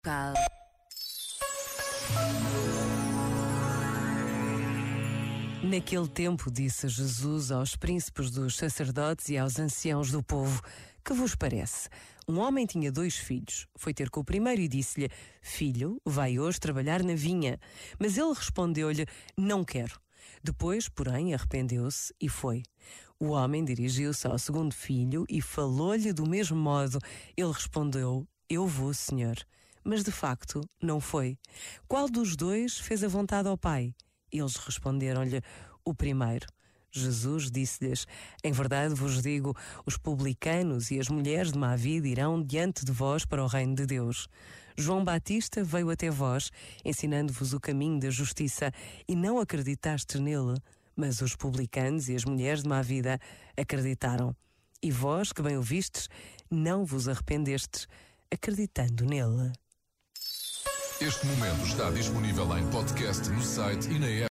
Cal. Naquele tempo disse Jesus aos príncipes dos sacerdotes e aos anciãos do povo: que vos parece? Um homem tinha 2 filhos. Foi ter com o primeiro e disse-lhe: filho, vai hoje trabalhar na vinha. Mas ele respondeu-lhe: não quero. Depois, porém, arrependeu-se e foi. O homem dirigiu-se ao segundo filho e falou-lhe do mesmo modo. Ele respondeu: eu vou, senhor. Mas de facto não foi. Qual dos 2 fez a vontade ao pai? Eles responderam-lhe: o primeiro. Jesus disse-lhes: em verdade vos digo, os publicanos e as mulheres de má vida irão diante de vós para o reino de Deus. João Batista veio até vós, ensinando-vos o caminho da justiça, e não acreditastes nele, mas os publicanos e as mulheres de má vida acreditaram. E vós, que bem o vistes, não vos arrependestes, acreditando nele. Este momento está disponível em podcast no site e na app.